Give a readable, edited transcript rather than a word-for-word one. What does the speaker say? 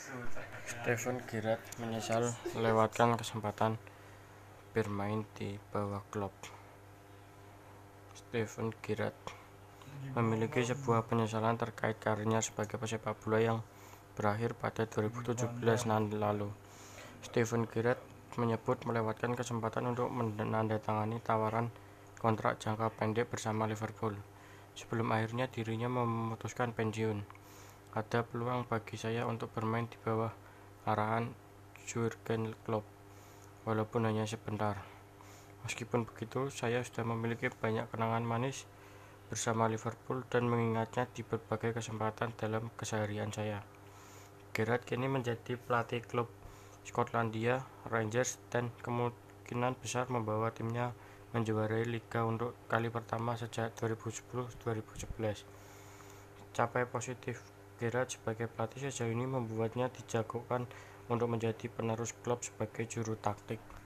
Steven Gerrard menyesal melewatkan kesempatan bermain di bawah klub. Steven Gerrard memiliki sebuah penyesalan terkait karirnya sebagai pesepak bola yang berakhir pada 2017 lalu. Steven Gerrard menyebut melewatkan kesempatan untuk menandatangani tawaran kontrak jangka pendek bersama Liverpool sebelum akhirnya dirinya memutuskan pensiun. Ada peluang bagi saya untuk bermain di bawah arahan Jurgen Klopp, walaupun hanya sebentar. Meskipun begitu, saya sudah memiliki banyak kenangan manis bersama Liverpool dan mengingatnya di berbagai kesempatan dalam keseharian saya. Gerrard kini menjadi pelatih klub Skotlandia Rangers dan kemungkinan besar membawa timnya menjuarai liga untuk kali pertama sejak 2010-2011. Capai positif Gerrard sebagai pelatih sejauh ini membuatnya dijagokan untuk menjadi penerus klub sebagai juru taktik.